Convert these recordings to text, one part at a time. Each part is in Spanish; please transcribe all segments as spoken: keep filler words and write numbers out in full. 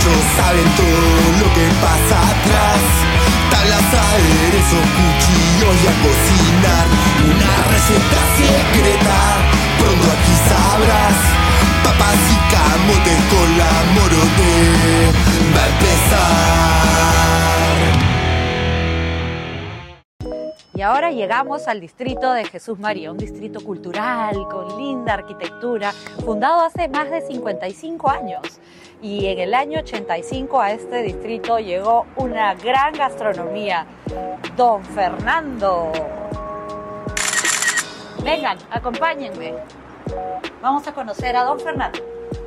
Ellos saben todo lo que pasa atrás. Tablas, aderezos, cuchillos y a cocinar. Una receta secreta, pronto aquí sabrás. Papas y camotes con la morote. Va a empezar. Y ahora llegamos al distrito de Jesús María, un distrito cultural con linda arquitectura, fundado hace más de cincuenta y cinco años. Y en el año ochenta y cinco a este distrito llegó una gran gastronomía, Don Fernando. Vengan, acompáñenme. Vamos a conocer a Don Fernando.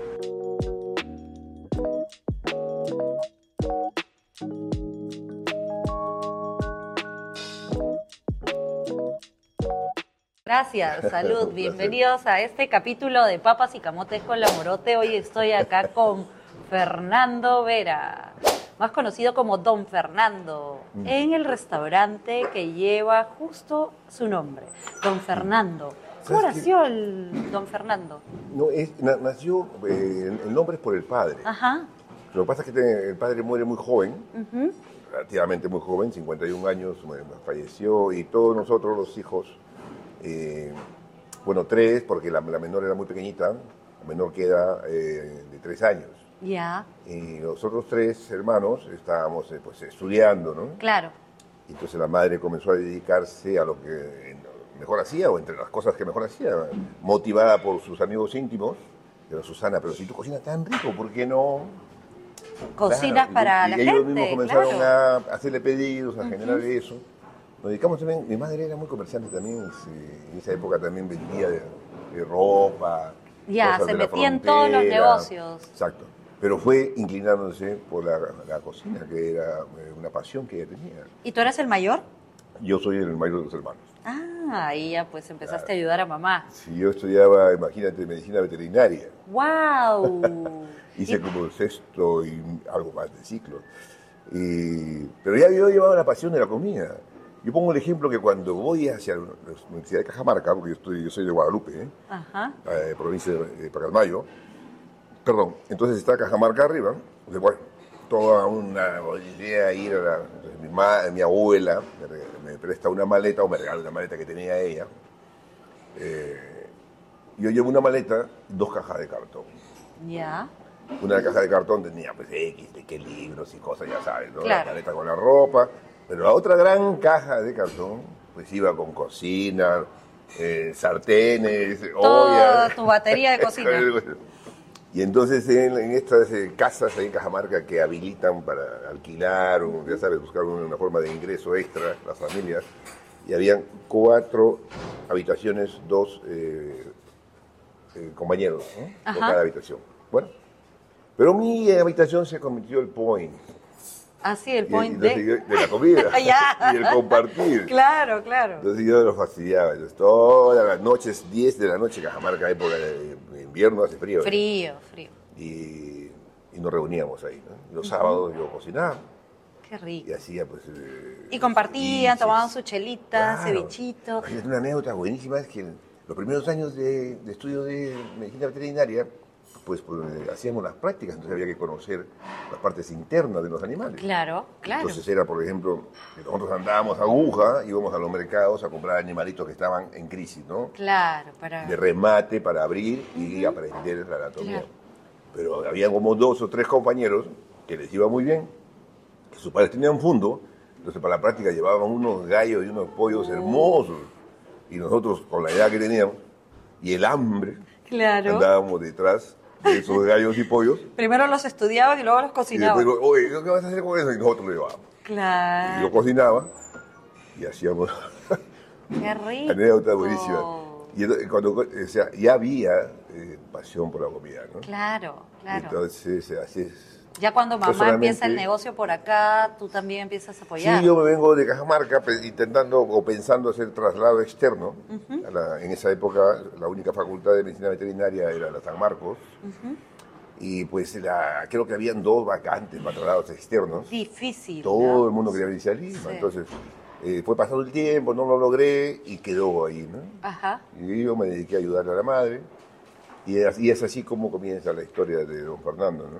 Gracias, salud, bienvenidos a este capítulo de Papas y Camotes con la Morote. Hoy estoy acá con Fernando Vera, más conocido como Don Fernando, en el restaurante que lleva justo su nombre, Don Fernando. ¿Cómo nació el Don Fernando? No, es, nació, eh, el nombre es por el padre. Ajá. Lo que pasa es que el padre muere muy joven, Uh-huh. relativamente muy joven, cincuenta y un años, falleció, y todos nosotros los hijos, eh, bueno, tres, porque la, la menor era muy pequeñita, la menor queda eh, de tres años. Ya. Y los otros tres hermanos estábamos eh, pues, estudiando, ¿no? Claro. Entonces la madre comenzó a dedicarse a lo que mejor hacía, o entre las cosas que mejor hacía, motivada por sus amigos íntimos. Pero Susana, pero si tú cocinas tan rico, ¿por qué no? Cocinas Claro, para y, la y ellos gente, mismos comenzaron claro. a hacerle pedidos, a generar uh-huh. eso. Nos dedicamos también, mi madre era muy comerciante también, en esa época también vendía de, de ropa. Ya, se metía en todos los negocios. Exacto. Pero fue inclinándose por la, la cocina, que era una pasión que ella tenía. ¿Y tú eres el mayor? Yo soy el mayor de los hermanos. Ah, ahí ya pues empezaste claro. a ayudar a mamá. Sí, yo estudiaba, imagínate, medicina veterinaria. ¡Wow! Hice y... como el sexto y algo más de ciclo. Y... Pero ya yo llevaba la pasión de la comida. Yo pongo el ejemplo que cuando voy hacia la Universidad de Cajamarca, porque yo, estoy, yo soy de Guadalupe, ¿eh? Ajá. Eh, provincia de Pacalmayo, perdón, entonces está Cajamarca arriba, después toda una idea ir a la, mi, ma, mi abuela me, me presta una maleta o me regala una maleta que tenía ella. Eh, yo llevo una maleta, dos cajas de cartón. Ya. Una caja de cartón tenía pues X, de qué libros y cosas, ya sabes, ¿no? Claro. La maleta con la ropa. Pero la otra gran caja de cartón, pues iba con cocina, eh, sartenes, toda ollas. Tu batería de cocina. Y entonces en, en estas eh, casas ahí en Cajamarca que habilitan para alquilar, o ya sabes, buscar una, una forma de ingreso extra, las familias, y habían cuatro habitaciones, dos eh, eh, compañeros, ¿no? Por cada habitación. Bueno, pero mi habitación se convirtió en el point. Ah, sí, el y, point de... de la comida y el compartir. Claro, claro. Entonces yo lo fastidiaba. Entonces, todas las noches, diez de la noche, Cajamarca, época de invierno, hace frío. Frío, ¿eh? frío. Y, y nos reuníamos ahí, ¿no? Y los uh-huh. sábados yo cocinaba. Qué rico. Y hacía, pues... Eh, y compartían, tomaban su chelita, claro. cevichito. Una anécdota buenísima es que los primeros años de, de estudio de medicina veterinaria, pues, pues hacíamos las prácticas, entonces había que conocer las partes internas de los animales. Claro, claro. Entonces era, por ejemplo, que nosotros andábamos a aguja, íbamos a los mercados a comprar animalitos que estaban en crisis, ¿no? Claro, para... De remate, para abrir y uh-huh. aprender la anatomía. Claro. Pero había como dos o tres compañeros que les iba muy bien, que sus padres tenían fondo, entonces para la práctica llevaban unos gallos y unos pollos uh-huh. hermosos, y nosotros, con la edad que teníamos, y el hambre, claro. andábamos detrás de esos gallos y pollos. Primero los estudiaban y luego los cocinaban. Y después, oye, ¿qué vas a hacer con eso? Y nosotros lo llevábamos. Claro. Y yo cocinaba y hacíamos... ¡Qué rico! Anécdota buenísima. Y cuando, o sea, ya había eh, pasión por la comida, ¿no? Claro, claro. Entonces, así es. Ya cuando mamá solamente... empieza el negocio por acá, tú también empiezas a apoyar. Sí, yo me vengo de Cajamarca intentando o pensando hacer traslado externo. Uh-huh. A la, en esa época la única facultad de medicina veterinaria era la San Marcos. Uh-huh. Y pues la, creo que habían dos vacantes para traslados externos. Difícil. Todo ¿no? el mundo quería venirse a Lima. Sí. Entonces eh, fue pasando el tiempo, no lo logré y quedó ahí, ¿no? Ajá. Y yo me dediqué a ayudar a la madre. Y es, y es así como comienza la historia de don Fernando, ¿no?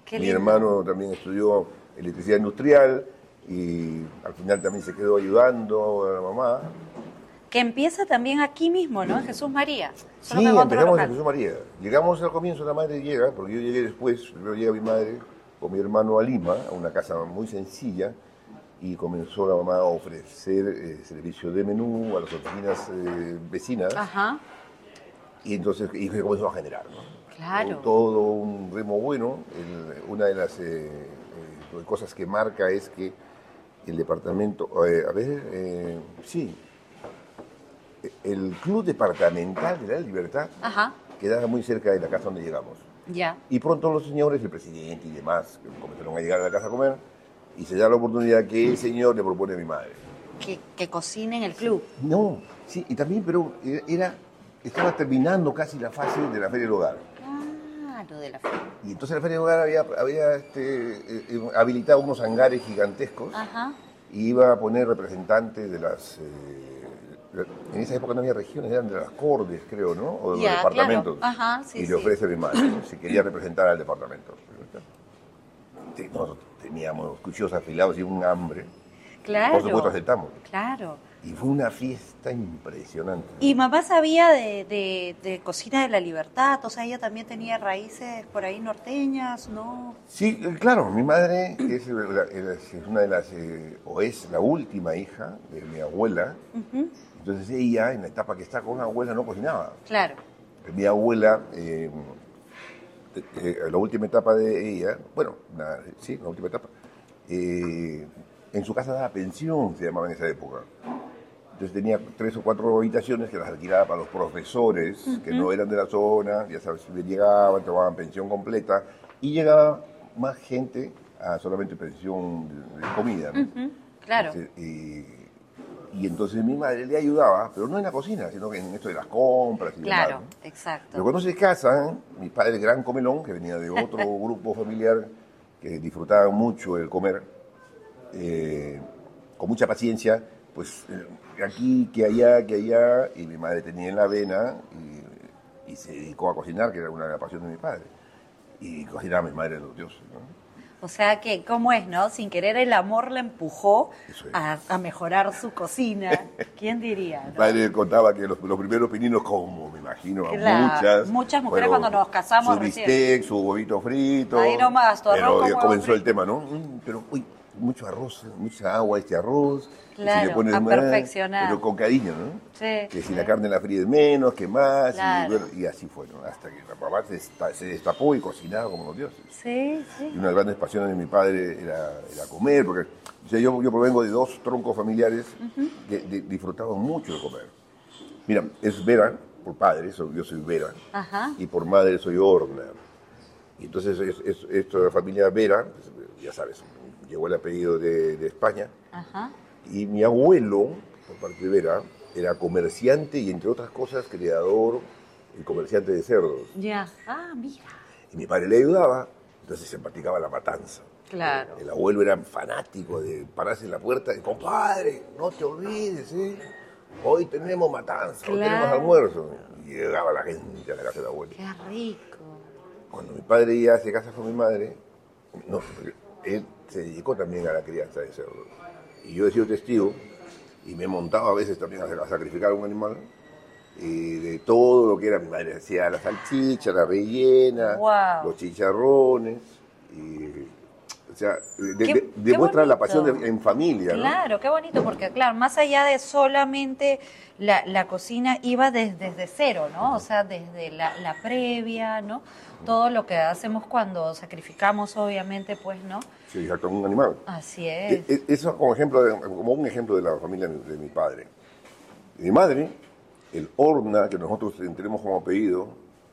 Qué Mi lindo. hermano también estudió electricidad industrial y al final también se quedó ayudando a la mamá. Que empieza también aquí mismo, ¿no? En Jesús María. Solo Sí, que en otro empezamos local. en Jesús María. Llegamos al comienzo, la madre llega, porque yo llegué después, primero llega mi madre con mi hermano a Lima, a una casa muy sencilla, y comenzó la mamá a ofrecer eh, servicio de menú a las oficinas eh, vecinas, Ajá, y entonces y se comenzó a generar, ¿no? claro. Todo un remo bueno. El- una de las eh, eh, cosas que marca es que el departamento, eh, a ver, eh, sí, el club departamental de la Libertad Ajá, quedaba muy cerca de la casa donde llegamos. ya. Y pronto los señores, el presidente y demás, que comenzaron a llegar a la casa a comer, y se da la oportunidad que el señor le propone a mi madre. Que, que cocine en el club. No, sí, y también, pero era, estaba terminando casi la fase de la Feria del Hogar. Ah, lo de la feria. Y entonces la Feria del Hogar había, había este, eh, eh, habilitado unos hangares gigantescos Ajá, y iba a poner representantes de las... eh, en esa época no había regiones, eran de las cortes, creo, ¿no? O de los Ya, departamentos. claro. Ajá, sí, y le sí. ofrece a mi madre, si quería representar al departamento. Sí, nosotros teníamos cuchillos afilados y un hambre. claro. Por supuesto aceptamos. Claro. Y fue una fiesta impresionante. Y mamá sabía de, de, de Cocina de la Libertad, o sea, ella también tenía raíces por ahí norteñas, ¿no? Sí, eh, claro, mi madre es, la- es una de las, eh, o es la última hija de mi abuela. Ujú, Entonces ella, en la etapa que está con la abuela, no cocinaba. claro. Mi abuela, eh, eh, eh, la última etapa de ella, bueno, la- sí, la última etapa, eh, en su casa daba pensión, se llamaba en esa época. Entonces tenía tres o cuatro habitaciones que las alquilaba para los profesores que no eran de la zona, ya sabes, llegaban, tomaban pensión completa y llegaba más gente a solamente pensión de, de comida, ¿no? Ujú, claro. Este, y, y entonces mi madre le ayudaba, pero no en la cocina, sino que en esto de las compras y Claro, demás, ¿no? Pero exacto. cuando se casan, mi padre, gran comelón, que venía de otro grupo familiar que disfrutaba mucho el comer, eh, con mucha paciencia, pues eh, aquí, que allá, que allá, y mi madre tenía en la vena y, y se dedicó a cocinar, que era una de las pasiones de mi padre. Y cocinaba a mi madre de los dioses, ¿no? O sea que, ¿cómo es, no? Sin querer el amor la empujó Eso es. a, a mejorar su cocina. ¿Quién diría, Mi no? padre contaba que los, los primeros pininos, como me imagino a Claro, muchas. muchas mujeres fueron cuando nos casamos su recién. bistec, su huevito frito. Ahí nomás, tu arroz Pero con ya huevo comenzó el frito. tema, ¿no? Mm, pero, uy, mucho arroz, mucha agua este arroz. que si Claro, le pones a más, perfeccionar. Pero con cariño, ¿no? Sí, Que si sí. la carne la fríes menos, que más. Claro. Y, bueno, y así fue, ¿no? Hasta que la mamá se, desta- se destapó y cocinaba como los dioses. Sí, Y sí. una de las grandes pasiones de mi padre era, era comer, porque o sea, yo, yo provengo de dos troncos familiares que de- disfrutaban mucho de comer. Mira, es Vera, por padre, soy- yo soy Vera, Ajá. y por madre soy Horner. Y entonces es, es- esto de la familia Vera, pues, ya sabes, llegó el apellido de, de España, Ajá. y mi abuelo, por parte de Vera, era comerciante y entre otras cosas creador y comerciante de cerdos. Ya. Ah, mira. Y mi padre le ayudaba, entonces se practicaba la matanza. Claro. El abuelo era fanático de pararse en la puerta y, compadre, no te olvides, ¿eh? Hoy tenemos matanza, hoy tenemos Claro. almuerzo. Y llegaba la gente a la casa del abuelo. Qué rico. Cuando mi padre ya se casa con mi madre, no, él se dedicó también a la crianza de cerdos. Y yo he sido testigo y me he montado a veces también a a sacrificar a un animal. Y de todo lo que era, mi madre hacía la salchicha, la rellena, Guau. los chicharrones. Y, o sea, de- Qué- de- qué demuestra la pasión bonito. de- en familia, ¿no? Claro, qué bonito, porque claro, más allá de solamente la, la cocina, iba des- desde cero, ¿no? O sea, desde la, la previa, ¿no? Todo lo que hacemos cuando sacrificamos, obviamente, pues, ¿no? Sí, exacto, un animal. Así E- es. e- Eso como ejemplo, de- como un ejemplo de la familia de mi, de mi padre. Mi madre, el Horna, que nosotros tenemos como apellido,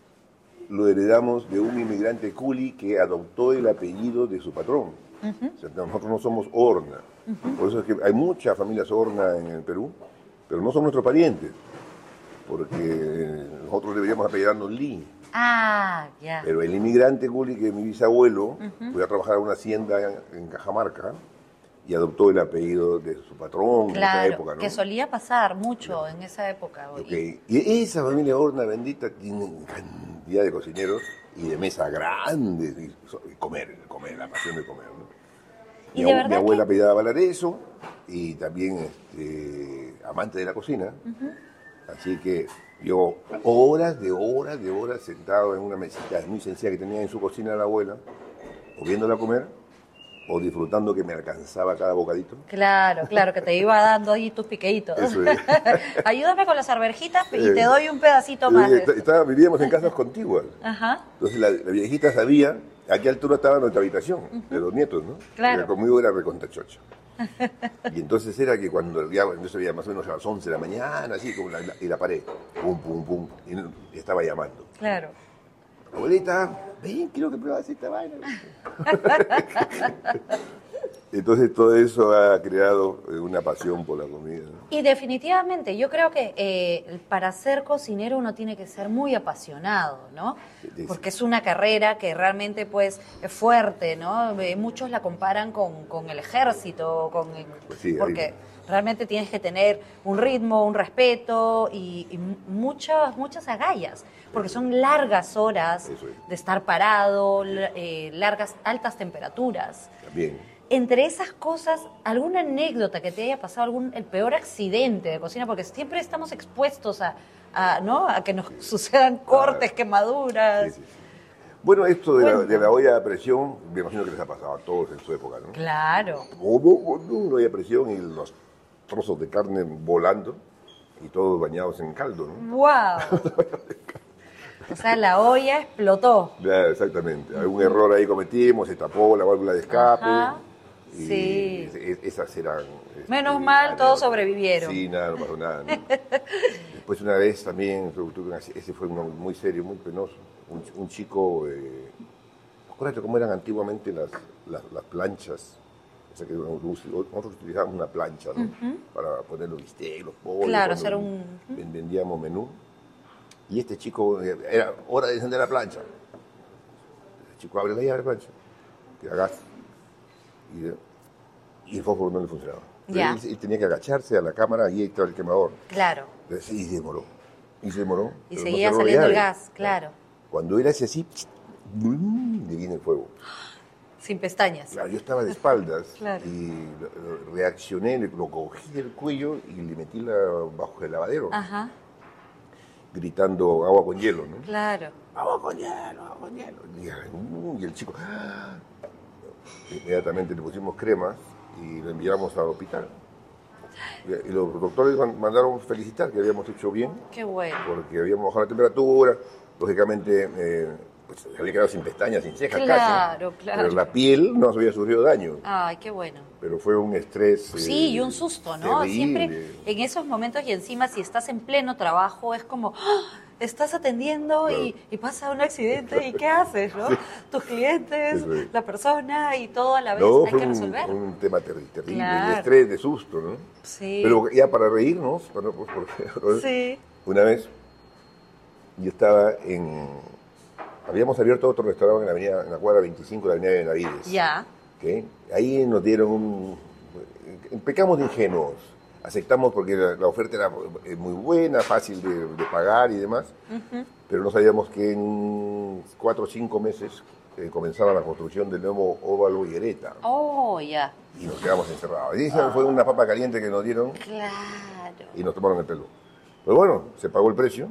lo heredamos de un inmigrante culi que adoptó el apellido de su patrón. O sea, nosotros no somos Horna. Por eso es que hay muchas familias Horna en el Perú, pero no son nuestros parientes, porque nosotros deberíamos apellidarnos Lee. Ah, ya. Pero el inmigrante culi, que es mi bisabuelo, fue a trabajar a una hacienda en, en Cajamarca, y adoptó el apellido de su patrón Claro, en esa época, ¿no? que solía pasar mucho en esa época. Ok. Y- Y esa familia Horna bendita tiene cantidad de cocineros y de mesa grande, y, so- y comer, comer, la pasión de comer, ¿no? Y Mi, de abu- verdad mi abuela que- apellidaba Valareso y también este, amante de la cocina. Así que yo horas de horas de horas sentado en una mesita muy sencilla que tenía en su cocina la abuela, o viéndola comer, o disfrutando que me alcanzaba cada bocadito. Claro, claro, que te iba dando ahí tus piqueitos. Eso es. Ayúdame con las arvejitas y te doy un pedacito Eh, más. de está- esto. estaba- vivíamos en casas contiguas. Ajá, Entonces la, la viejita sabía a qué altura estaba nuestra habitación, de los nietos, ¿no? Claro. Porque conmigo era recontachocha. Y entonces era que cuando ya, entonces había más o menos a las once de la mañana, así, como la, la- y la pared, pum, pum, pum, y, no- y estaba llamando. claro. Abuelita, ven, quiero que pruebas esta vaina. Entonces todo eso ha creado eh, una pasión por la comida, ¿no? Y definitivamente, yo creo que eh, para ser cocinero uno tiene que ser muy apasionado, ¿no? Sí, sí. Porque es una carrera que realmente pues es fuerte, ¿no? Eh, muchos la comparan con, con el ejército, con el- Pues sí, ahí- porque realmente tienes que tener un ritmo, un respeto y, y mu- muchas, muchas agallas, porque son largas horas Eso es. de estar parado, l- eh, largas, altas temperaturas. También. Entre esas cosas, ¿alguna anécdota que te haya pasado, algún el peor accidente de cocina? Porque siempre estamos expuestos a, a, ¿no? a que nos sucedan cortes, quemaduras. Sí, sí, sí. Bueno, esto de la, Cuéntame. de la olla a presión, me imagino que les ha pasado a todos en su época, ¿no? Claro. Una olla a presión y los trozos de carne volando y todos bañados en caldo, ¿no? ¡Wow! O sea, la olla explotó. Ya, exactamente. Algún error ahí cometimos, se tapó la válvula de escape. Ajá. Y Sí. es- es- esas eran... este, Menos mal, todos anécdotas. sobrevivieron. Sí, nada, no pasó nada. ¿no? Después una vez también, tu- tuve una- ese fue uno muy serio, muy penoso. Un, un chico, eh, acuérdate cómo eran antiguamente las, las, las planchas. O sea que nosotros utilizábamos una plancha, ¿no? Para poner los bistecs, los pollos. Claro, cuando hacer un- ven- vendíamos menú. Y este chico, eh, era hora de encender la plancha. El chico abre la llave de la plancha, que gas, y, y el fósforo no le funcionaba. Pero Ya. Él, él tenía que agacharse a la cámara y ahí estaba el quemador. Claro. Entonces, y se demoró. Y se demoró. Y pero no seguía cerró la saliendo el llave. gas, claro. Cuando él hace así, ¡blum! Le viene el fuego. Sin pestañas. Claro, yo estaba de espaldas Claro. y lo- lo reaccioné, le- lo cogí del cuello y le metí la, bajo el lavadero, Ajá, gritando agua con hielo, ¿no? claro. Agua con hielo, agua con hielo. Y, uh, y el chico, ¡ah! Inmediatamente le pusimos cremas y lo enviamos al hospital. Y, y los doctores man- mandaron felicitar que habíamos hecho bien, Qué bueno. porque habíamos bajado la temperatura, lógicamente eh, pues, se había quedado sin pestañas, sin cejas Claro, casi, claro. pero la piel no se había sufrido daño, Ay, qué bueno. pero fue un estrés. Sí, eh, y un susto, ¿no? terrible. Siempre en esos momentos y encima si estás en pleno trabajo es como, ¡ah! Estás atendiendo y, y pasa un accidente y ¿qué haces, no? Tus clientes, Eso es. la persona y todo a la vez No, hay fue que un, resolver. un tema terri- terrible, Claro. de estrés, de susto, ¿no? Sí. Pero ya para reírnos, para, pues, porque- Sí. una vez yo estaba en... Habíamos abierto otro restaurante en la, avenida, en la cuadra veinticinco de la avenida de Benavides. Ya. ¿Ok? Ahí nos dieron un... Pecamos de ingenuos. Aceptamos porque la, la oferta era eh, muy buena, fácil de, de pagar y demás, pero no sabíamos que en cuatro o cinco meses eh, comenzaba la construcción del nuevo óvalo Higuereta Oh, ya. y nos quedamos encerrados. Y esa fue una papa caliente que nos dieron Claro. y nos tomaron el pelo. Pero bueno, se pagó el precio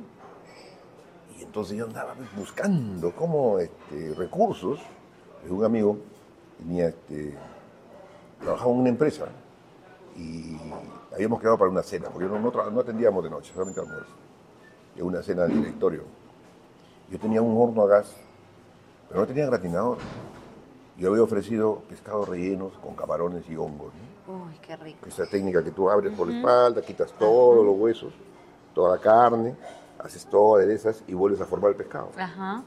y entonces yo andaba buscando cómo este, recursos. Un amigo tenía, este, trabajaba en una empresa y habíamos quedado para una cena, porque no, no, tra- no atendíamos de noche, solamente almuerzo. Y una cena del directorio. Yo tenía un horno a gas, pero no tenía gratinador. Yo había ofrecido pescados rellenos con camarones y hongos, ¿no? Uy, qué rico. Esa técnica que tú abres por la espalda, quitas todos los huesos, toda la carne, haces todo, aderezas y vuelves a formar el pescado. Ajá.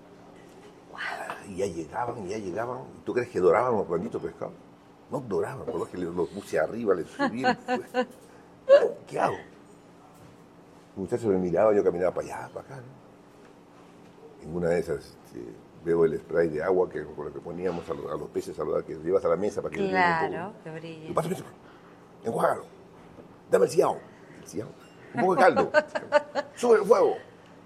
Y ya llegaban, y ya llegaban. ¿Y tú crees que doraban los banditos pescados? No doraban, por lo que los puse arriba, les subí. Pues, ¿qué hago? El muchacho me miraba, yo caminaba para allá, para acá, ¿no? En una de esas, este, veo el spray de agua que, con lo que poníamos a los, a los peces a los que llevas a la mesa para que brillen un Claro, poco. que brille. Y pásame eso, enjuágalo, dame el sillao, el sillao, un poco de caldo, sube el fuego.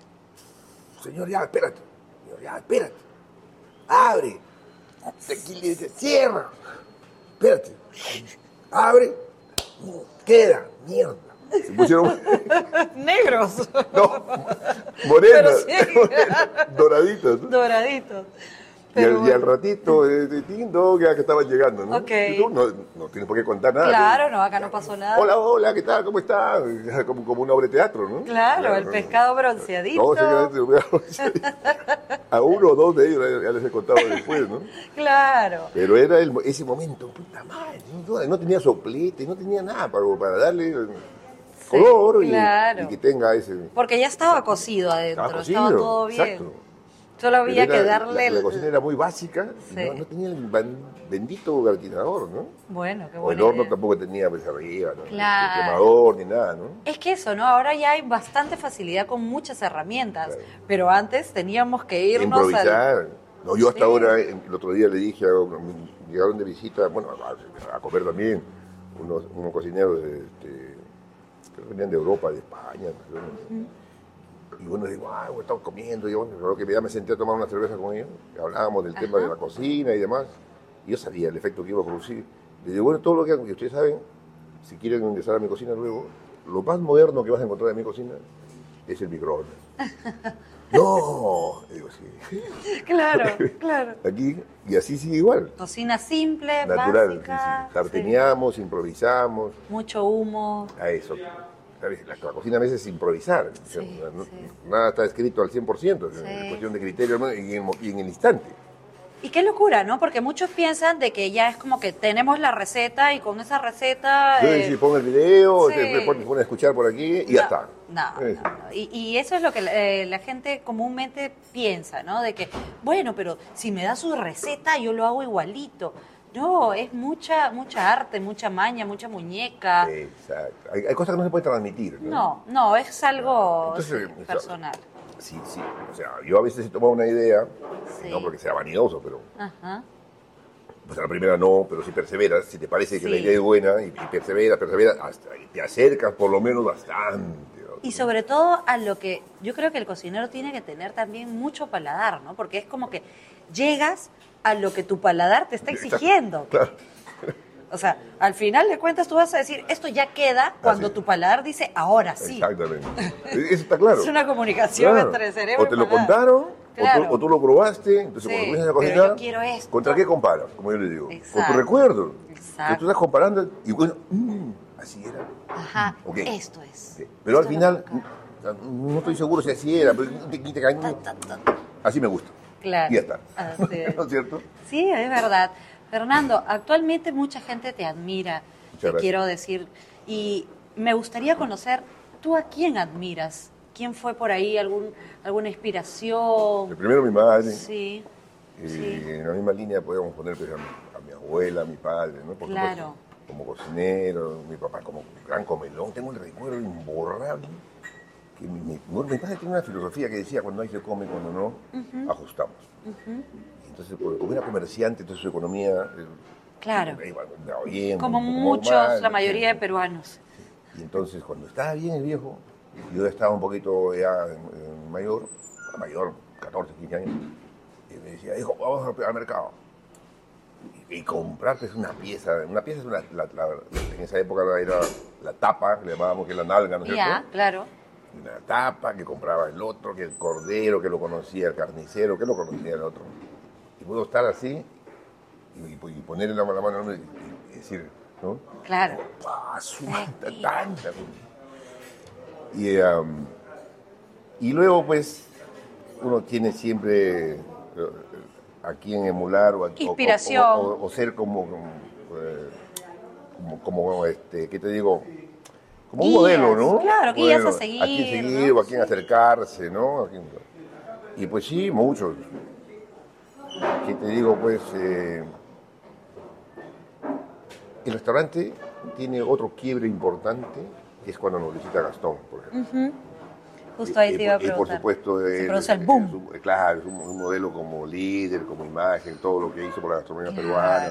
Señor, ya, espérate, señor, ya, espérate, abre, Tequila, cierra, espérate, abre, queda, mierda. Se pusieron Negros. no, morenas, Pero sí. morenas, doraditas. ¿No? Doraditos. Y, al, Pero y al ratito, eh, de tindo, ya que estaban llegando, ¿no? Ok. Y tú no, no tienes por qué contar nada. Claro, ¿no? no, acá no pasó nada. Hola, hola, ¿qué tal? ¿Cómo está? Como, como una obra de teatro, ¿no? Claro, el ¿no? pescado bronceadito. No, señoramente, a uno o dos de ellos ya les he contado después, ¿no? Claro. Pero era el, ese momento, puta madre, no, no tenía soplete, no tenía nada para, para darle color y, claro. y que tenga ese... Porque ya estaba cocido adentro, Estaba estaba, cocido, todo bien. exacto. Solo había Pero era- que darle La, la el... cocina era muy básica y Sí. no, no tenía el ban- bendito gratinador, ¿no? Bueno, qué O bueno. el horno tampoco tenía pues arriba, ¿no? Claro. El quemador ni nada, ¿no? Es que eso, ¿no? Ahora ya hay bastante facilidad con muchas herramientas, Claro. pero antes teníamos que irnos Improvisar. al... No, yo hasta Sí. ahora, el otro día le dije, a, llegaron de visita, bueno, a, a comer también, unos, unos cocineros, este, creo que venían de Europa, de España, ¿no? Y bueno, digo, ah, bueno, estamos comiendo, y yo, bueno, que ya me senté a tomar una cerveza con ellos, y hablábamos del tema Ajá. de la cocina y demás, y yo sabía el efecto que iba a producir. Le digo, bueno, todo lo que hago, y ustedes saben, si quieren ingresar a mi cocina luego, lo más moderno que vas a encontrar en mi cocina es el microondas. ¡No! Y digo, sí. Claro, claro. Aquí, y así sigue igual. Cocina simple, Natural, sí, básica. sí. Sarteneamos, improvisamos, Sí. Mucho humo. a eso. ¿Sabes? La, la cocina a veces es improvisar. O sea, Sí, no- sí. Nada está escrito al cien por ciento, es Sí. cuestión de criterio, ¿no? y, en, mo- y en el instante. Y qué locura, ¿no? Porque muchos piensan de que ya es como que tenemos la receta y con esa receta... Yo eh, si pongo el video, sí. se pone, pone a escuchar por aquí y ya está. No, Eh, no, no. Y, y eso es lo que eh, la gente comúnmente piensa, ¿no? De que, bueno, pero si me da su receta, yo lo hago igualito. No, es mucha mucha arte, mucha maña, mucha muñeca. Exacto. Hay, hay cosas que no se pueden transmitir. ¿no? No, no, es algo Entonces, sí, personal. Sí, sí. O sea, yo a veces he tomado una idea, Sí. no porque sea vanidoso, pero Ajá. pues a la primera no, pero si perseveras, si te parece que Sí. la idea es buena y, y perseveras, perseveras, hasta y te acercas por lo menos bastante. ¿no? Y sobre todo a lo que yo creo que el cocinero tiene que tener también mucho paladar, ¿no? Porque es como que llegas a lo que tu paladar te está exigiendo. Claro. O sea, al final de cuentas tú vas a decir, esto ya queda cuando Así. tu paladar dice, ahora sí. Exactamente. Eso está claro. Es una comunicación Claro. entre cerebro O te y lo paladar. contaron, Claro. o, tú, o tú lo probaste, entonces Sí, cuando comienzas a pero cocinar, yo quiero esto. ¿contra qué comparas? Como yo le digo. Con Exacto. tu recuerdo. Exacto. Que tú estás comparando y bueno, mm, así era. Ajá, Ok. esto es. Sí. Pero al Esto final, es lo que- mm, no estoy seguro si así era, pero te- te- te- Ta, ta, ta. así me gusta. Claro. Y ya está. Así es. ¿No es cierto? Sí, es verdad. Fernando, actualmente mucha gente te admira, te gracias. quiero decir, y me gustaría conocer, ¿tú a quién admiras? ¿Quién fue por ahí? ¿Algún, ¿Alguna inspiración? El primero mi madre. Sí, Y sí. en la misma línea podemos poner pues, a, mi, a mi abuela, a mi padre, ¿no? Por Claro. supuesto, como cocinero, mi papá como gran comelón. Tengo el recuerdo imborrable que mi, mi, mi padre tiene una filosofía que decía cuando hay se come, cuando no, ajustamos. Entonces, por- como era comerciante, entonces su economía... eh, Claro. iba- iba bien, Como un poco muchos, mal, la mayoría de sí. peruanos. Y entonces, cuando estaba bien el viejo, yo ya estaba un poquito ya eh, mayor, mayor, catorce, quince años, y me decía, hijo, vamos al, al mercado. Y, y comprar pues, una pieza, una pieza es una, la- la- en esa época era la tapa, que le llamábamos que es la nalga, ¿no es Ya, cierto? claro. Una tapa que compraba el otro, que el cordero, que lo conocía el carnicero, que lo conocía el otro. Y puedo estar así y, y- y ponerle la, la mano y, y decir, ¿no? Claro. ¡Ah, su tanta, tanta! Y, um, y luego, pues, uno tiene siempre eh, a quien emular o, a, o- Inspiración. o, o- o ser como, como, eh, como, como, este, ¿qué te digo? Como un Guías, modelo, ¿no? claro, guías a Modelo, seguir, A quién seguir ¿no? o a quién Sí. acercarse, ¿no? A quién- y pues sí, muchos. ¿Qué te digo? Pues eh, el restaurante tiene otro quiebre importante, que es cuando nos visita Gastón, por ejemplo. Justo ahí y, te iba a y, y por preguntar. supuesto, Se él, produce el es boom. un- claro, es un, un modelo como líder, como imagen, todo lo que hizo por la gastronomía Claro. peruana,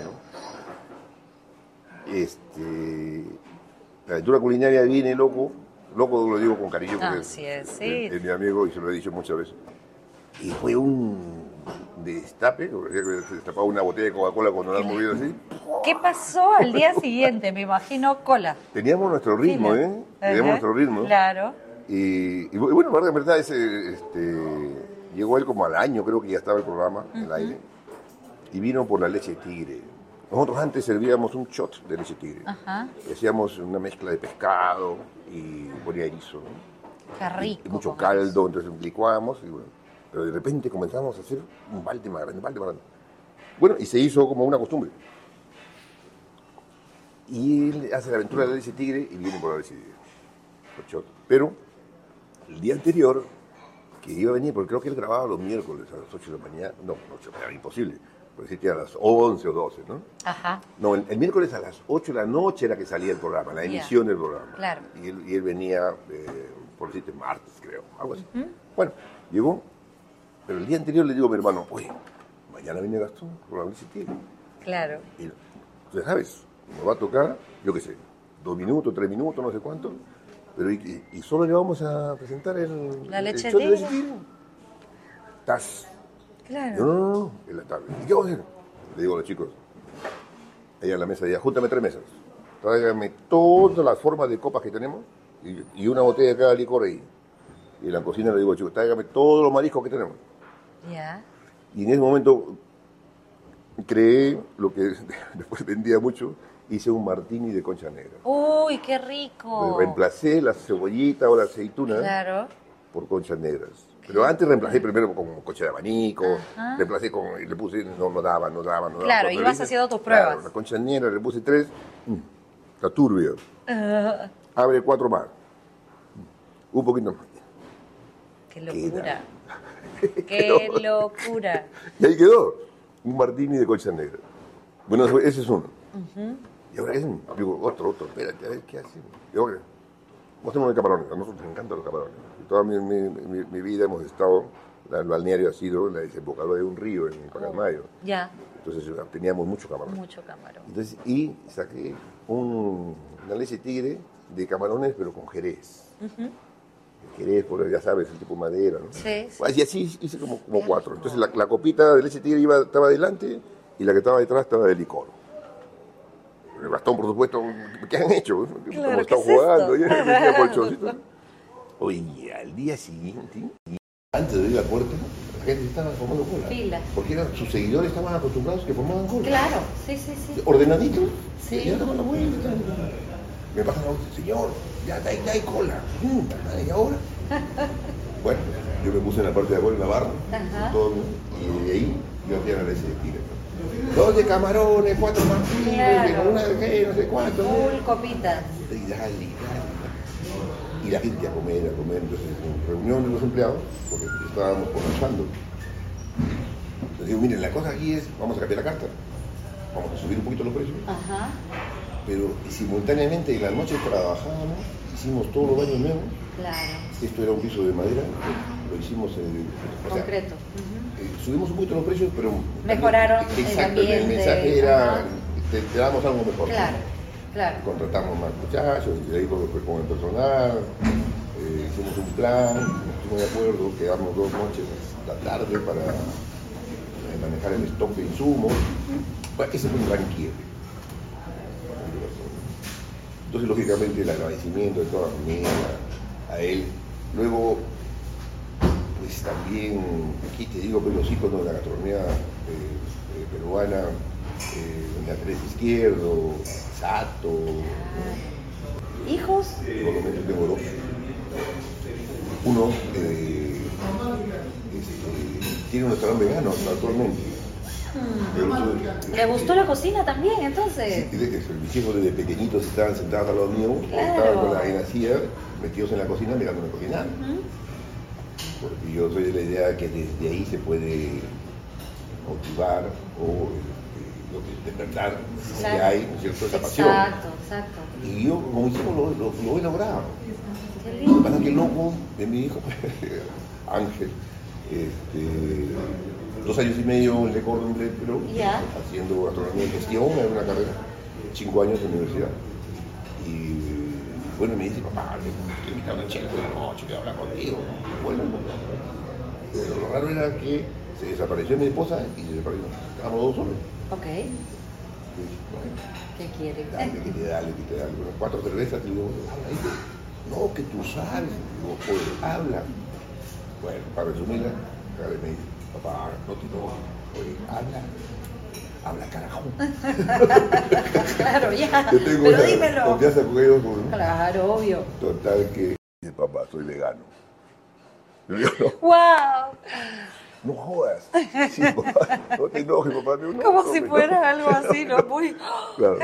¿no? Este, la aventura culinaria viene loco, loco lo digo con cariño porque Así es, sí. es, es mi amigo y se lo he dicho muchas veces. Y fue un destape, se destapaba una botella de Coca-Cola cuando la han movido así. ¿Qué pasó al día siguiente? Me imagino cola. Teníamos nuestro ritmo, Fila. ¿eh? Teníamos Ajá, nuestro ritmo. Claro. Y, y bueno, en verdad, ese, este, llegó él como al año, creo que ya estaba el programa en el aire, y vino por la leche de tigre. Nosotros antes servíamos un shot de leche de tigre. Ajá. Y hacíamos una mezcla de pescado y ponía erizo, ¿no? Qué rico. Y mucho con caldo, entonces licuábamos, y bueno, pero de repente comenzamos a hacer un balde más grande, un balde más grande. Bueno, y se hizo como una costumbre. Y él hace la aventura de la leche de tigre y viene por la leche de tigre. Por shot. Pero el día anterior, que iba a venir, porque creo que él grababa los miércoles a las ocho de la mañana, no, ocho, era imposible, por decirte a las once o doce, ¿no? Ajá. No, el, el miércoles a las ocho de la noche era que salía el programa, la Ya. emisión del programa. Claro. Y él, y él venía, eh, por decirte, martes, creo, algo así. Bueno, llegó, pero el día anterior le digo a mi hermano, oye, mañana viene Gastón por la leche de tigre. Claro. Y, tú sabes, nos va a tocar, yo qué sé, dos minutos, tres minutos, no sé cuánto, pero y, y solo le vamos a presentar el, La leche el shot de de leche tigre. de tigre. Estás. Claro. No, no, no, no, en la tarde. ¿Y qué vamos a hacer? Le digo a los chicos, allá en la mesa, ya, júntame tres mesas, tráigame todas las formas de copas que tenemos y, y una botella de cada licor ahí. Y en la cocina le digo, chicos, tráigame todos los mariscos que tenemos. Ya. Y en ese momento creé lo que después vendía mucho, hice un martini de concha negra. Uy, qué rico. Reemplacé la cebollita o la aceituna Claro. por conchas negras. Pero antes reemplacé primero con concha de abanico, Ajá. reemplacé con, y le puse, no, no daba, no daba, no daba. Claro, Pero ibas hice- haciendo tus claro, pruebas. la concha negra le puse tres, mm, está turbia. Abre cuatro más, mm, un poquito más. Qué locura. Qué locura. Y ahí quedó, un martini de concha negra. Bueno, ese es uno. Y ahora es un, digo, otro, otro, espérate, a ver qué hacemos. Y ahora, mostremos de camarones, a nosotros nos encantan los camarones. Y toda mi, mi, mi, mi vida hemos estado, la- el balneario ha sido la desembocadura de un río en Pacalmayo. Ya. Entonces teníamos mucho camarón. Mucho camarón. Entonces, y saqué un, una leche tigre de camarones, pero con jerez. Jerez, por, ya sabes, el tipo de madera, ¿no? Sí, sí. Y así hice como, como cuatro. Entonces la, la copita de leche tigre iba, estaba adelante y la que estaba detrás estaba de licor. El bastón, por supuesto, ¿qué han hecho? Claro, Hemos ¿qué estado es esto? jugando, ya tenía colchoncito. Oye, al día siguiente, antes de ir a la puerta, la gente estaba formando cola. Fila. Porque eran, sus seguidores estaban acostumbrados que formaban cola. Claro. Sí, sí, sí. Ordenaditos. Sí. Y ya daban la vuelta. Me pasan a otro, señor, ya, ya, ya hay cola. Puta madre, ¿y ahora? Bueno, yo me puse en la parte de abajo en la barra, Ajá. todo, y de ahí yo hacía la leche de tigre. Dos de camarones, cuatro martines, Claro. una de qué, no sé cuánto. ¿no? Full copitas. Y dale, dale. Y la gente a comer, a comer. Entonces, en reunión de los empleados, porque estábamos conversando. Les digo, miren, la cosa aquí es, vamos a cambiar la carta, vamos a subir un poquito los precios, Ajá. pero simultáneamente en la noche trabajábamos, hicimos todos los baños nuevos. Claro. Esto era un piso de madera, lo hicimos en o sea, Concreto. Ujú. eh, subimos un poquito los precios, pero Mejoraron el exacto, ambiente, el mensaje era, ajá. te, te damos algo mejor. Claro. Claro. Contratamos más muchachos, y ahí después con el personal, eh, hicimos un plan, nos pusimos de acuerdo, quedamos dos noches a la tarde para eh, manejar el stock de insumos. Bueno, ese fue un gran quiebre. Entonces, lógicamente, el agradecimiento de toda la familia a él. Luego, pues también, aquí te digo, pues, los íconos de la gastronomía eh, eh, peruana, eh, doña Teresa Izquierdo, Sato, ¿Hijos? por lo menos tengo dos. Uno eh, este, tiene un restaurante vegano actualmente. El otro- ¿Le gustó la cocina también, entonces? Sí, desde que mis hijos desde pequeñitos estaban sentados al lado mío, Claro. estaban con la en la silla, metidos en la cocina mirándome cocinar. Ujú. Porque yo soy de la idea que desde ahí se puede motivar o eh, lo que despertar Claro. que hay, ¿no es cierto?, esa pasión. Exacto, exacto. Y yo, como hijos, lo, lo, lo he logrado. Qué Lo que lindo. pasa es que el loco de mi hijo, Ángel, este, dos años y medio en el Cordon Bleu, pero Ya. haciendo gastronomía y gestión en una carrera, cinco años en la universidad. Y bueno, me dice, papá, te estoy invitando a Chile de noche, quiero hablar contigo. Bueno, pero lo raro era que se desapareció mi esposa y se desapareció. Estábamos dos solos. Ok. Y dije, bueno, ¿Qué quiere? dale, que te dale, que te dale. Bueno, cuatro cervezas y digo, habla ahí. No, que tú sabes. Digo, oye, habla. Bueno, para resumirla, Karen me dice, papá, no te enojes. Oye, habla. Habla, carajo. Claro, ya. Yo tengo Pero una dímelo. confianza con ellos, ¿no? Claro, obvio. Total que... Dice, papá, soy vegano. Yo digo, no, ¡Wow! no jodas. Sí, papá, no te enojes, papá. Digo, no, Como no si me fuera enojes. algo así, ¿no? Muy. Claro.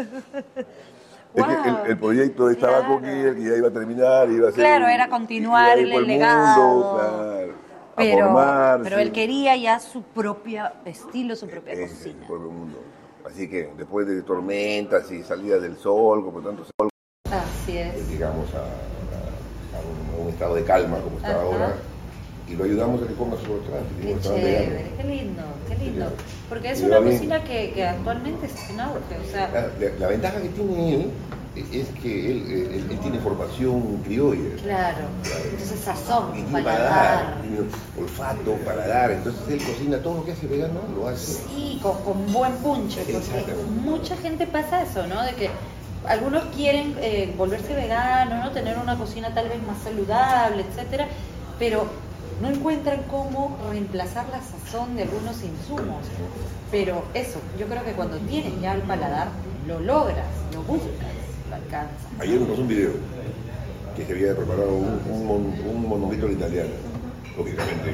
Es que el, Wow. el proyecto estaba Claro. con él, que ya iba a terminar, iba a ser... Claro, era continuar iba a ir por el el legado. mundo, claro, a Pero, formarse. pero él quería ya su propio estilo, su propia Ese es el cocina. propio mundo. Así que después de tormentas y salidas del sol, como tanto sol, Así es. llegamos a, a- a un, a un estado de calma como está Ajá. ahora y lo ayudamos a que coma su restaurante. Qué Tiene un restaurante chévere, vegano. qué lindo, qué lindo. Sí. Porque es Le una va bien. cocina que, que actualmente está en auge, o sea, La, la- la ventaja que tiene él es que él, él- él tiene formación criolla. claro. Entonces sazón, Y tiene paladar, paladar. tiene olfato, paladar. Entonces él cocina todo lo que hace vegano, lo hace. Sí, con, con buen punche, porque Exactamente. mucha gente pasa eso, ¿no? De que algunos quieren eh, volverse veganos, ¿no? Tener una cocina tal vez más saludable, etcétera, pero no encuentran cómo reemplazar la sazón de algunos insumos. Pero eso, yo creo que cuando tienes ya el paladar, lo logras, lo buscas, lo alcanzas. Ayer me pasó un video que se había preparado un, un, mon- un mondonguito a la italiana. Lógicamente,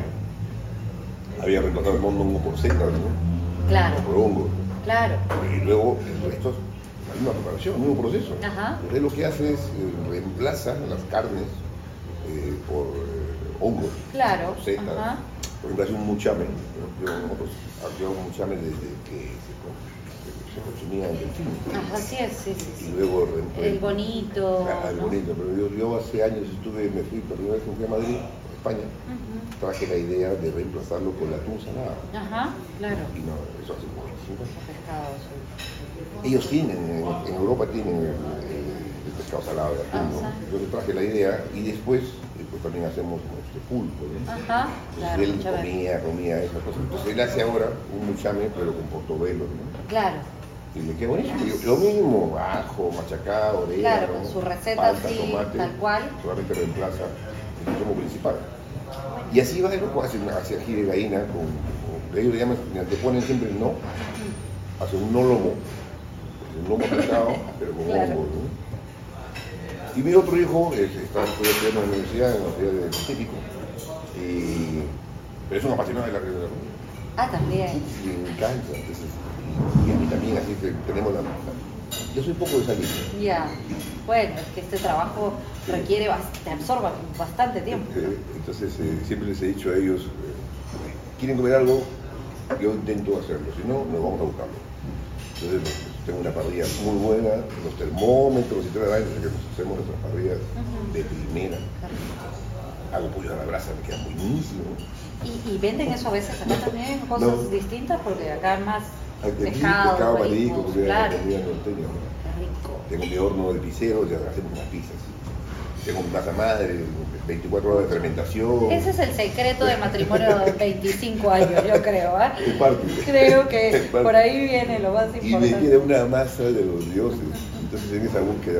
había reemplazado el mondongo por setas, ¿no? Claro, Por hongo. claro. Y luego el resto es la misma preparación, el mismo proceso. Ajá. Entonces lo que hace es eh, reemplaza las carnes eh, por eh, hongos, Claro, setas. ajá. Por ejemplo, hace un muchame. ¿no? Yo, nosotros hacíamos un muchame desde que se, co- se- se consumía en delfín. Ajá, así es, sí, sí, Y sí. luego re- re- El bonito. Ah, el ¿no? bonito, pero yo, yo hace años estuve, me fui, por primera vez que fui a Madrid, a España, Ujú. traje la idea de reemplazarlo con la atún salada. Ajá, claro. Y no, eso hace como veinticinco años. Pescado, sí. Ellos tienen, en, en Europa tienen el, el- el pescado salado de atún, ¿no? Ajá. Yo traje la idea y después eh, pues también hacemos este pulpo, ¿no? Ajá, Entonces claro, él mucha vez. comía, comía esas cosas. Entonces él hace ahora un muchame pero con portobelo, ¿no? Claro, Y le queda buenísimo. Yo- Lo mismo, ajo, machacado, orégano, claro, con su receta palta, así, tomate, tal cual. solamente reemplaza el insumo principal. Y así va el loco, hace, una- hace ají de gallina, con, con- ellos le llaman, te ponen siempre el no, hace un no lomo, un lomo pescado, pero con Claro. hongo, ¿no? Y mi otro hijo es, está estudiando en la universidad, en la Universidad del Pacífico, y, pero es un apasionado de la de la comida. Ah, también. Y me encanta, entonces, y, y a mí también, así que tenemos la... la- yo soy poco de salir. Ya. Bueno, es que este trabajo requiere, bast- te absorba bastante tiempo. Eh, entonces, eh, siempre les he dicho a ellos, eh, quieren comer algo, yo intento hacerlo, si no, nos vamos a buscarlo. Entonces, pues, tengo una parrilla muy buena, los termómetros y toda la vaina, que nos hacemos nuestras parrillas Ujú. de primera. Hago pollo a la brasa, me queda buenísimo. Y, y venden eso a veces acá también, cosas No. distintas, porque acá más Aquí, pescado, pescado marisco, mariscos, comida, claro. comida norteña. Qué rico. Tengo mi horno de pisero, ya hacemos unas pizzas. Tengo mi masa madre, veinticuatro horas de fermentación. Ese es el secreto del matrimonio de veinticinco años, yo creo, ¿ah? Es parte. Creo que Es parte. por ahí viene lo más Y me importante. queda una masa de los dioses. Entonces en esa búsqueda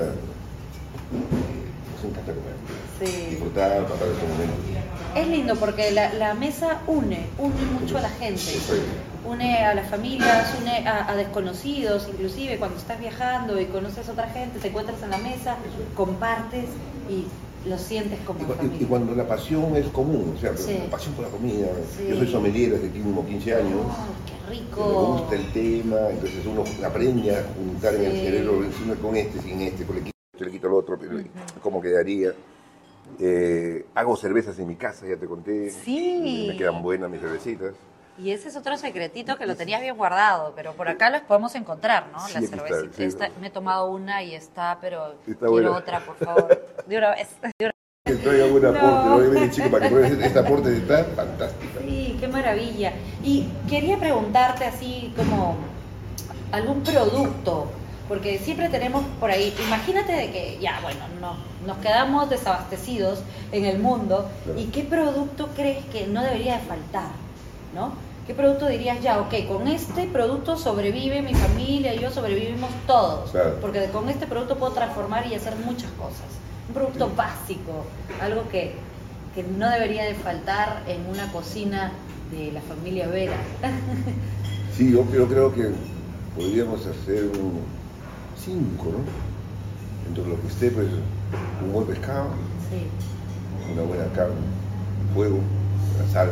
nos encanta comer. Sí. Disfrutar, pasar estos momentos. Es lindo porque la, la mesa une, une mucho a la gente. Eso es. Une a las familias, une a, a desconocidos, inclusive cuando estás viajando y conoces a otra gente, te encuentras en la mesa, Eso es. compartes y lo sientes como Y, cu- familia. y- y cuando la pasión es común, o sea, Sí. la pasión por la comida. Sí. Yo soy sommelier desde que tengo quince años. Ay, qué Me rico. gusta el tema, entonces uno aprende a juntar en el Sí. cerebro encima con este, sin este, con le quito, este, le quito el otro, pero cómo quedaría. Eh, hago cervezas en mi casa, ya te conté. Sí. Me quedan buenas mis cervecitas. Y ese es otro secretito que lo tenías bien guardado, pero por acá los podemos encontrar, ¿no? Sí, La aquí está, cervecita. sí, Esta- no. me he tomado una y está, pero Está quiero buena. otra, por favor. De una vez. De una- Que traiga un aporte, No. ¿no? Viene chico para que pruebes este aporte, está fantástica. Sí, qué maravilla. Y quería preguntarte así como algún producto, porque siempre tenemos por ahí, imagínate de que ya, bueno, no, nos quedamos desabastecidos en el mundo, Claro. ¿y qué producto crees que no debería de faltar? ¿No? ¿Qué producto dirías ya, ok, con este producto sobrevive mi familia, yo sobrevivimos todos, Claro. porque de- con este producto puedo transformar y hacer muchas cosas? Un producto básico, algo que, que no debería de faltar en una cocina de la familia Vera. Sí, yo creo, creo que podríamos hacer un cinco, ¿no? Dentro de lo que esté, pues, un buen pescado, Sí, una buena carne, fuego, una sal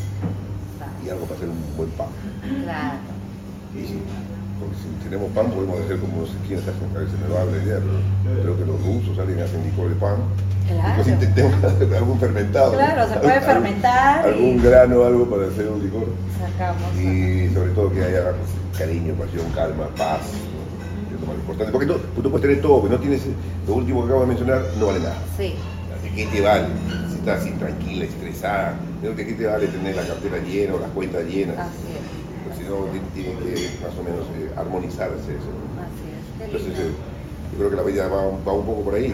y algo para hacer un buen pan. claro. Y sí, porque si tenemos pan podemos hacer como no sé quién está, a veces me va la idea, pero creo que los rusos alguien hacen licor de pan. Claro. Entonces intentemos algún fermentado. Claro, se puede Algún- fermentar Algún y- grano, algo para hacer un licor. Sacamos. Y sobre todo que haya pues, cariño, pasión, calma, paz. ¿no? Que es lo más importante. Porque tú, tú puedes tener todo, pero no tienes lo último que acabo de mencionar, no vale nada. Sí, ¿De qué te vale? Si estás así tranquila, estresada, ¿de qué te vale tener la cartera llena o las cuentas llenas? así es. Pues si no, ti- tiene que más o menos eh, armonizarse eso. ¿no? Así es. Qué Entonces, lindo. eh, yo creo que la vida va, un- va un poco por ahí.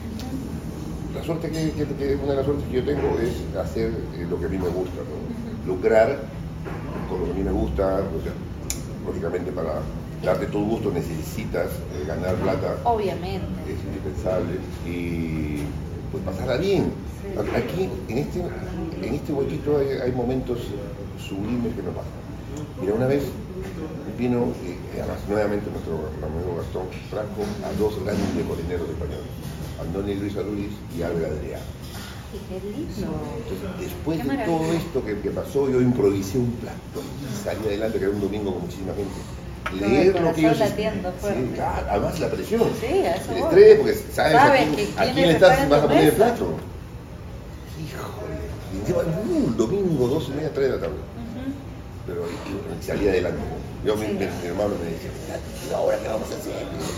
La suerte que, que- que- una de las suertes que yo tengo es hacer eh, lo que a mí me gusta, ¿no? Lucrar con lo que a mí me gusta, o sea, lógicamente para darte todo gusto necesitas eh, ganar plata, Obviamente. es indispensable, y pues pasarla bien. Sí. Aquí, en este, en este huequito hay, hay momentos sublimes que no pasan. Mira, una vez vino, eh, además nuevamente nuestro amigo Gastón trajo a dos grandes colineros españoles, Andoni Luis Aluris y Álvaro Adrián. Ay, qué lindo. Entonces, después Qué de maravilla. todo esto que, que pasó, yo improvisé un plato y salí adelante, que era un domingo con muchísima gente. Con Leer el lo que ellos... corazón latiendo fuerte. Sí, claro, además la presión. Sí, a eso El voy. estrés, porque sabes, a Sabes quién, que a quiénes quién le estás, están en vas a tu poner el mesa. plato. Híjole. Y encima, uh, domingo, dos y media, tres de la tarde. Ujú. Pero y salí adelante. Yo, mi, Sí. mi, mi hermano me dice, ¿y ahora qué vamos a hacer?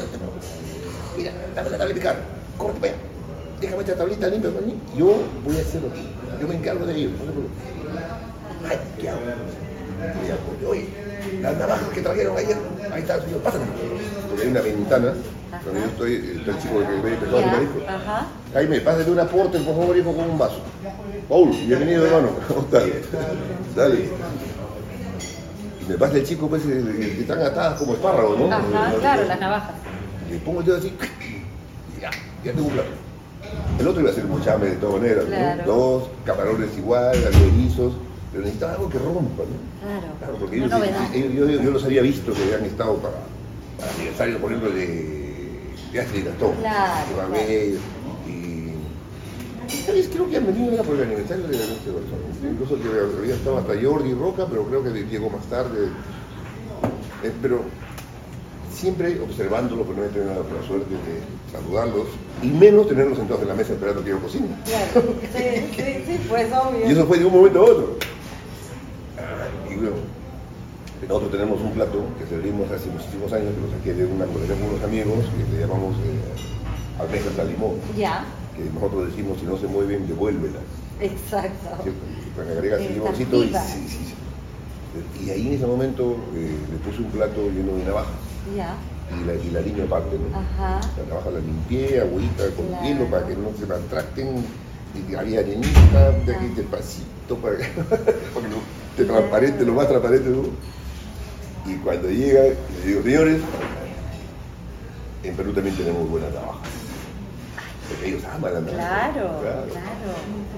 Mira, dame la tabla de picar, corre para allá. Déjame esta tablita limpia para mí. Yo voy a hacerlo aquí. Yo me encargo de ello. No se preocupe. Ay, ¿qué hago? Voy a poner, oye, las navajas que trajeron ayer, ahí está, señor, pásame. Porque hay una ventana, donde yo estoy, está el chico que ve pescado de Ya, marisco. ajá. Ahí me pásale un aporte, por favor, hijo, con un vaso. Paul, bienvenido, hermano. ¿Cómo estás? Dale. Y me pasa el chico, pues, eh, que están atadas como espárragos, ¿no? Ajá, claro, las navajas. Le pongo el dedo así, y ya, ya tengo un plato. El otro iba a ser mochame de todas maneras, Claro. ¿no? Dos camarones igual, algo guisos, pero necesitaba algo que rompa, ¿no? Claro. Claro, porque Una ellos, novedad. ellos- yo, yo los había visto que habían estado para, para aniversario, por ejemplo, de, de Astrid Gastón. Claro, Que va a claro. ver, y esta vez creo que han venido era por el aniversario de este persona. Incluso que había estado hasta Jordi Roca, pero creo que llegó más tarde. Eh, pero siempre observándolos, porque no he tenido la, la suerte de saludarlos, y menos tenerlos sentados en la mesa esperando que yo cocine. Claro. Sí, sí, sí, pues obvio. Y eso fue de un momento a otro. Ah, y luego, nosotros tenemos un plato que servimos hace muchísimos años, que lo saqué de una colección con unos amigos, que le llamamos eh, almejas al limón, Ya, que nosotros decimos, si no se mueven, devuélvelas. exacto. ¿Cierto? Pues le agregas el Están limoncito y, vivas. sí, sí, sí. Y ahí en ese momento eh, le puse un plato lleno de navajas Ya, y la, y la línea aparte, ¿no? ajá. La navaja la limpié, agüita con Claro. hielo para que no se maltracten, y había arenita, de aquí despacito para que para que lo, te Claro. transparente, lo más transparente, ¿no? Y cuando llega, le digo, señores, en Perú también tenemos buenas navajas. Porque ellos aman las navajas. Claro, claro. claro.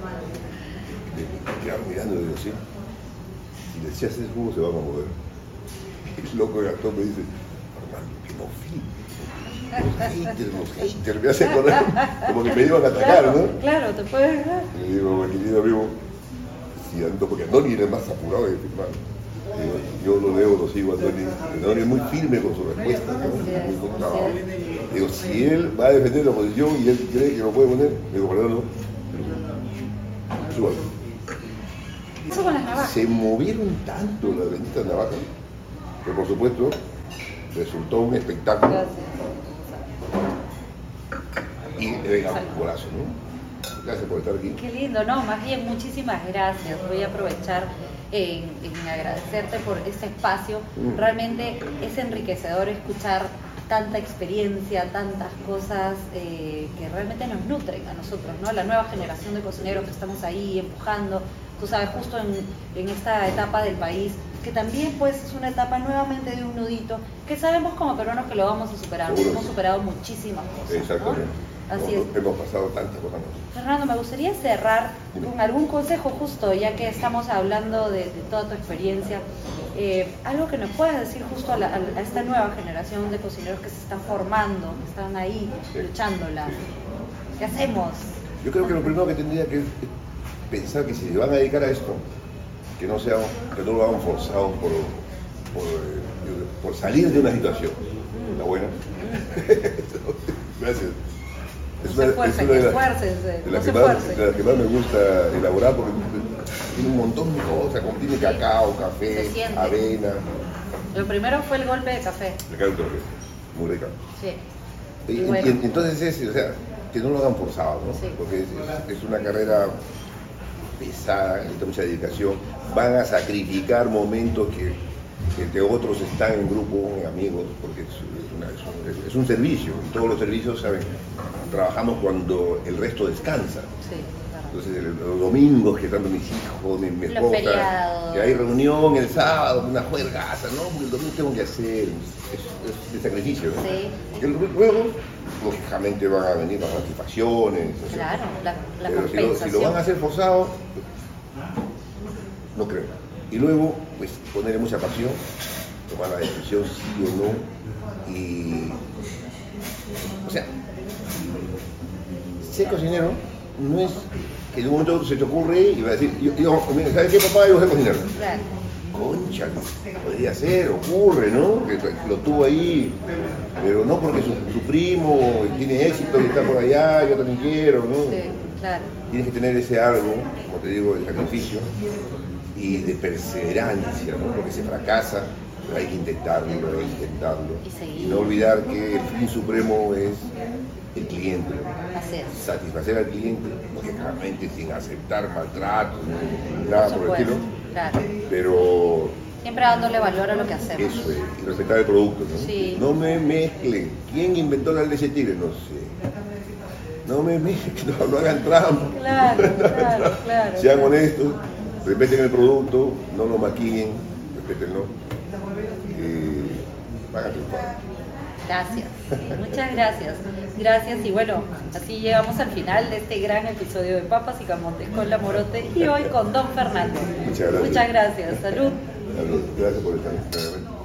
Me quedaron mirando y digo, sí. Si le echas ese jugo se van a mover. El loco de Gastón me dice, Armando, que no filme. Los haters, los haters, me hacen acordar, como que me iban a atacar, Claro, ¿no? claro, te puedes ver. Y le digo, mi querido amigo, si ando, porque Andoni era más apurado de filmar. Digo, yo lo veo, lo sigo a Andoni. Andoni es muy firme con su respuesta, ¿no? Así es, Muy- no. así es. Digo, si él va a defender la oposición y él cree que lo puede poner, digo, perdón, no. Súbalo. ¿Qué pasó con las navajas? Se movieron tanto las benditas navajas que por supuesto resultó un espectáculo. Gracias. Y venga, un golazo, ¿no? Gracias por estar aquí. Qué lindo, no, más bien muchísimas gracias. Voy a aprovechar en, en agradecerte por este espacio. Mm. Realmente es enriquecedor escuchar tanta experiencia, tantas cosas eh, que realmente nos nutren a nosotros, ¿no? La nueva generación de cocineros que estamos ahí empujando, tú sabes, justo en, en esta etapa del país, que también pues es una etapa nuevamente de un nudito, que sabemos como peruanos que lo vamos a superar, Seguro hemos sí. superado muchísimas cosas, Exactamente. ¿no? Así No, es. hemos pasado tantas cosas. Fernando, me gustaría cerrar Dime. con algún consejo justo, ya que estamos hablando de, de toda tu experiencia, eh, algo que nos puedas decir justo a, la, a esta nueva generación de cocineros que se están formando, que están ahí Sí. luchándola. Sí. ¿Qué hacemos? Yo creo que lo primero que tendría que es pensar que si se van a dedicar a esto, que no sea, que no lo hagan forzados por, por, eh, por salir de una situación. ¿Está buena? Gracias. No Es se una- esfuercen, es una de las- esfuércense, de no las se que más- esfuercen. de las que más me gusta elaborar porque tiene un montón de cosas, contiene cacao, café, Se siente. avena, Lo primero fue el golpe de café. le cae un café, muy rica. Sí. Y, Y bueno. y- entonces es, o sea, que no lo hagan forzado, ¿no? Sí. Porque es, es- es una carrera pesada, necesita mucha dedicación, van a sacrificar momentos que, que de otros están en grupo, en amigos, porque es, es una- es un, es- es un servicio, en todos los servicios, ¿saben? Trabajamos cuando el resto descansa. Sí, claro. Entonces el- los domingos que están mis hijos, mi, mi Los esposa, feriados. que hay reunión el sábado, una juergaza, ¿no? Porque el domingo tengo que hacer, es, es de sacrificio, ¿no? Sí. Y luego, lógicamente van a venir las satisfacciones. o sea, Claro, la, la pero si lo, compensación. si lo van a hacer forzado, no creo. Y luego, pues ponerle mucha pasión, tomar la decisión sí o no. Y, o sea, ser cocinero no es que de un momento a otro se te ocurre y va a decir, yo, yo, mira, ¿sabes qué, papá? Yo voy a ser cocinero. Claro. Concha, podría ser, ocurre, ¿no? Que lo tuvo ahí, pero no porque su, su primo tiene éxito y está por allá, yo también quiero, ¿no? Sí, claro. Tienes que tener ese algo, como te digo, de sacrificio y de perseverancia, ¿no? Porque se fracasa, pero hay que intentarlo, hay que intentarlo. Y seguir. Y no olvidar que el fin supremo es el cliente. Así es. Satisfacer al cliente, lógicamente sin aceptar maltratos, ni nada por el supuesto, estilo, claro. pero Siempre dándole valor a lo que hacemos. eso es, y respetar el producto, ¿no? Sí. No me mezclen. ¿Quién inventó la leche tigre? No sé. No me mezclen, no, no hagan trampa. Claro, claro, claro. Sean honestos, respeten el producto, no lo maquillen, respétenlo. Y van a triunfar. Gracias, muchas gracias. Gracias y bueno, así llegamos al final de este gran episodio de Papas y Camotes con La Morote y hoy con Don Fernando. Muchas gracias. Muchas gracias. Salud. Gracias por estar.